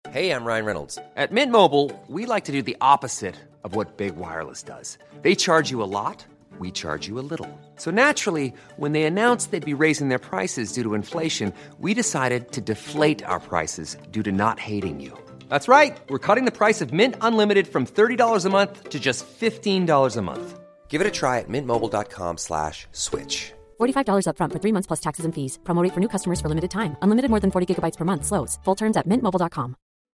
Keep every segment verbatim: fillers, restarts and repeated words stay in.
Hey, I'm Ryan Reynolds. At Mint Mobile, we like to do the opposite of what Big Wireless does. They charge you a lot, we charge you a little. So naturally, when they announced they'd be raising their prices due to inflation, we decided to deflate our prices due to not hating you. That's right. We're cutting the price of Mint Unlimited from thirty dollars a month to just fifteen dollars a month. Give it a try at mintmobile.com slash switch. forty-five dollars up front for three months plus taxes and fees. Promo rate for new customers for limited time. Unlimited more than forty gigabytes per month. Slows full terms at mint mobile dot com.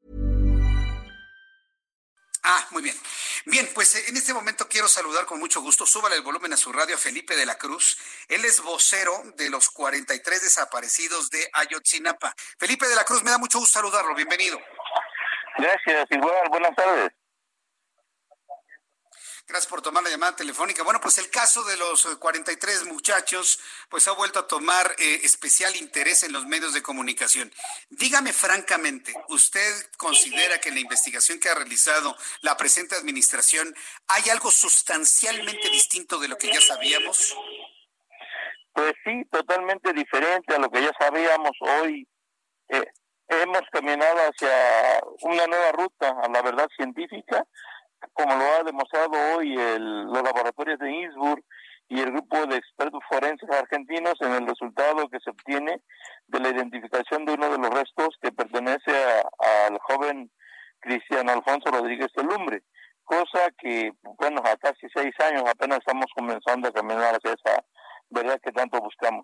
Ah, muy bien. Bien, pues en este momento quiero saludar con mucho gusto, súbale el volumen a su radio, a Felipe de la Cruz. Él es vocero de los cuarenta y tres desaparecidos de Ayotzinapa. Felipe de la Cruz, me da mucho gusto saludarlo, bienvenido. Gracias, igual, buenas tardes. Gracias por tomar la llamada telefónica. Bueno, pues el caso de los cuarenta y tres muchachos, pues ha vuelto a tomar eh, especial interés en los medios de comunicación. Dígame francamente, ¿usted considera que en la investigación que ha realizado la presente administración hay algo sustancialmente distinto de lo que ya sabíamos? Pues sí, totalmente diferente a lo que ya sabíamos hoy. Eh, hemos caminado hacia una nueva ruta a la verdad científica, como lo ha demostrado hoy el, los laboratorios de Innsbruck y el grupo de expertos forenses argentinos en el resultado que se obtiene de la identificación de uno de los restos que pertenece a, al joven Cristiano Alfonso Rodríguez Telumbre, cosa que, bueno, a casi seis años apenas estamos comenzando a caminar hacia esa verdad que tanto buscamos.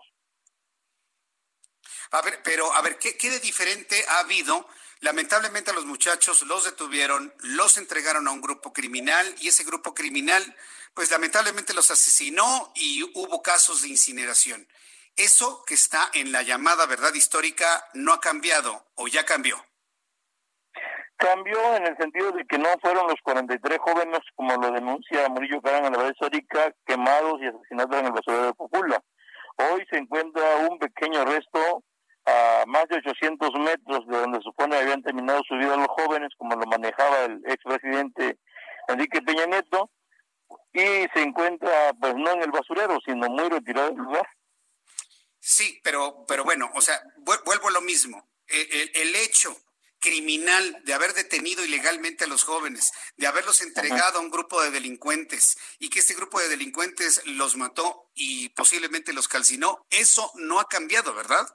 A ver, pero a ver, ¿qué, qué de diferente ha habido? Lamentablemente a los muchachos los detuvieron, los entregaron a un grupo criminal y ese grupo criminal, pues lamentablemente los asesinó y hubo casos de incineración. Eso que está en la llamada verdad histórica no ha cambiado o ya cambió. Cambió en el sentido de que no fueron los cuarenta y tres jóvenes, como lo denuncia Murillo Karam en la verdad histórica, quemados y asesinados en el basurero de Cocula. Hoy se encuentra un pequeño resto a más de ochocientos metros de donde supone habían terminado su vida los jóvenes, como lo manejaba el expresidente Enrique Peña Nieto, y se encuentra pues no en el basurero, sino muy retirado del lugar. Sí, pero, pero bueno, o sea, vuelvo a lo mismo. El, el, el hecho criminal de haber detenido ilegalmente a los jóvenes, de haberlos entregado a un grupo de delincuentes y que este grupo de delincuentes los mató y posiblemente los calcinó, eso no ha cambiado, ¿verdad?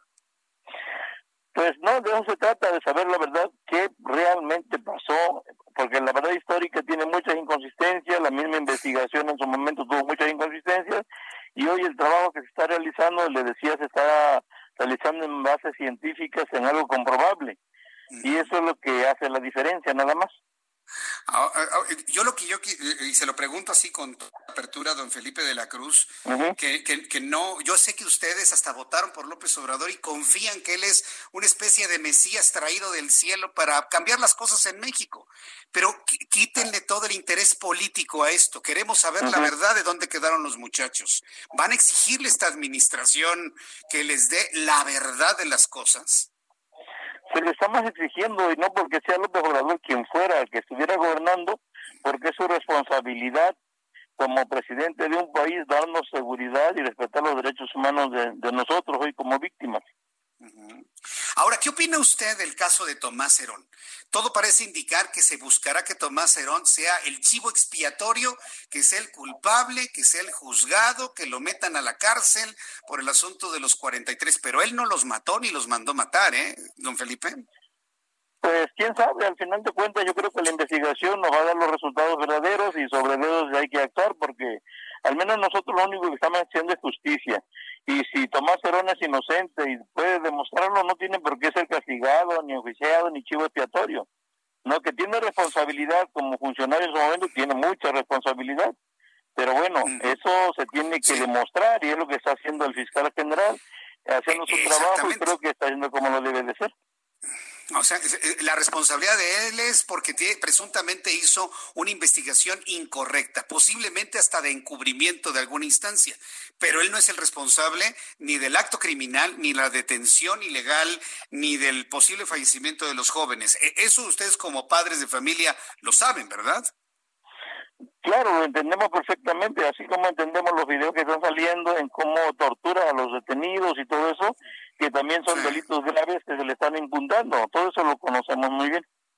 Pues no, de eso se trata, de saber la verdad, qué realmente pasó, porque la verdad histórica tiene muchas inconsistencias, la misma investigación en su momento tuvo muchas inconsistencias, y hoy el trabajo que se está realizando, le decía, se está realizando en bases científicas, en algo comprobable, y eso es lo que hace la diferencia, nada más. Yo lo que yo, y se lo pregunto así con apertura, don Felipe de la Cruz, uh-huh. que, que, que no, yo sé que ustedes hasta votaron por López Obrador y confían que él es una especie de mesías traído del cielo para cambiar las cosas en México, pero quítenle todo el interés político a esto. Queremos saber uh-huh. la verdad de dónde quedaron los muchachos. ¿Van a exigirle a esta administración que les dé la verdad de las cosas? Se le estamos exigiendo, y no porque sea López Obrador quien fuera el que estuviera gobernando, porque es su responsabilidad como presidente de un país darnos seguridad y respetar los derechos humanos de, de nosotros hoy como víctimas. Uh-huh. Ahora, ¿qué opina usted del caso de Tomás Herón? Todo parece indicar que se buscará que Tomás Herón sea el chivo expiatorio, que sea el culpable, que sea el juzgado, que lo metan a la cárcel por el asunto de los cuarenta y tres, pero él no los mató ni los mandó matar, ¿eh, don Felipe? Pues quién sabe, al final de cuentas yo creo que la investigación nos va a dar los resultados verdaderos y sobre ellos hay que actuar, porque al menos nosotros lo único que estamos haciendo es justicia. Y si Tomás Herón es inocente y puede demostrarlo, no tiene por qué ser castigado, ni enjuiciado, ni chivo expiatorio. No, que tiene responsabilidad como funcionario en su momento, tiene mucha responsabilidad. Pero bueno, mm. eso se tiene que sí. demostrar, y es lo que está haciendo el fiscal general, haciendo su trabajo, y creo que está haciendo como lo debe de ser. O sea, la responsabilidad de él es porque tiene, presuntamente hizo una investigación incorrecta, posiblemente hasta de encubrimiento de alguna instancia, pero él no es el responsable ni del acto criminal, ni la detención ilegal, ni del posible fallecimiento de los jóvenes. Eso ustedes como padres de familia lo saben, ¿verdad? Claro, lo entendemos perfectamente, así como entendemos los videos que están saliendo en cómo tortura a los detenidos y todo eso, que también son sí. delitos graves que se le están imputando. Todo eso lo conocemos muy bien.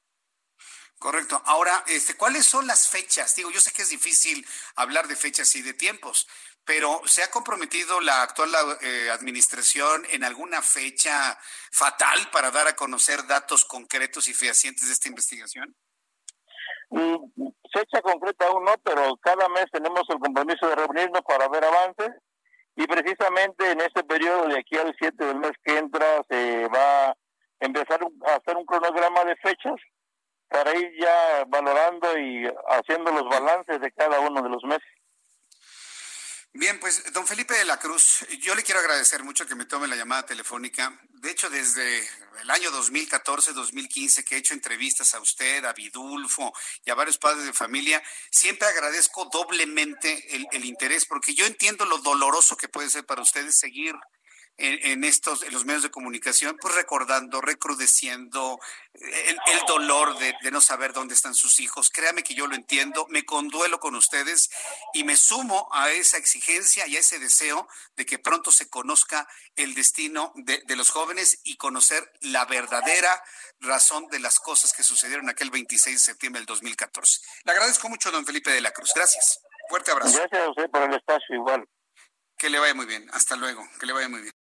Correcto. Ahora, este, ¿cuáles son las fechas? Digo, yo sé que es difícil hablar de fechas y de tiempos, pero ¿se ha comprometido la actual eh, administración en alguna fecha fatal para dar a conocer datos concretos y fehacientes de esta investigación? Mm, fecha concreta aún no, pero cada mes tenemos el compromiso de reunirnos para ver avances, y precisamente en este periodo de aquí al siete del mes que entra se va a empezar a hacer un cronograma de fechas para ir ya valorando y haciendo los balances de cada uno de los meses. Bien, pues don Felipe de la Cruz, yo le quiero agradecer mucho que me tome la llamada telefónica. De hecho, desde el año dos mil catorce, dos mil quince, que he hecho entrevistas a usted, a Vidulfo y a varios padres de familia, siempre agradezco doblemente el, el interés, porque yo entiendo lo doloroso que puede ser para ustedes seguir En, en estos, en los medios de comunicación, pues recordando, recrudeciendo el, el dolor de, de no saber dónde están sus hijos. Créame que yo lo entiendo, me conduelo con ustedes y me sumo a esa exigencia y a ese deseo de que pronto se conozca el destino de, de los jóvenes y conocer la verdadera razón de las cosas que sucedieron aquel veintiséis de septiembre del dos mil catorce. Le agradezco mucho, don Felipe de la Cruz. Gracias. Fuerte abrazo. Gracias a usted por el espacio igual. Que le vaya muy bien. Hasta luego. Que le vaya muy bien.